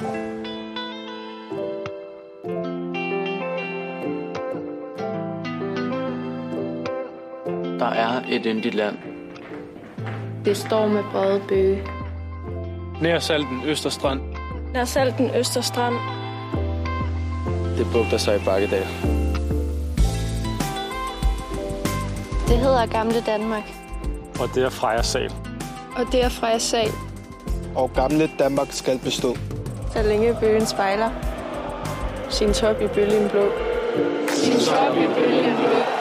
Der er et yndigt land. Det står med brede bøge. Nær Salten Østerstrand. Nær Salten Østerstrand. Det bugter sig i Bakkedal. Det hedder Gamle Danmark. Og det er Freja Sal. Og det er Freja Sal. Og Gamle Danmark skal bestå. Så længe bøgen spejler sin top i bølgen blå. Sin top i bølgen blå.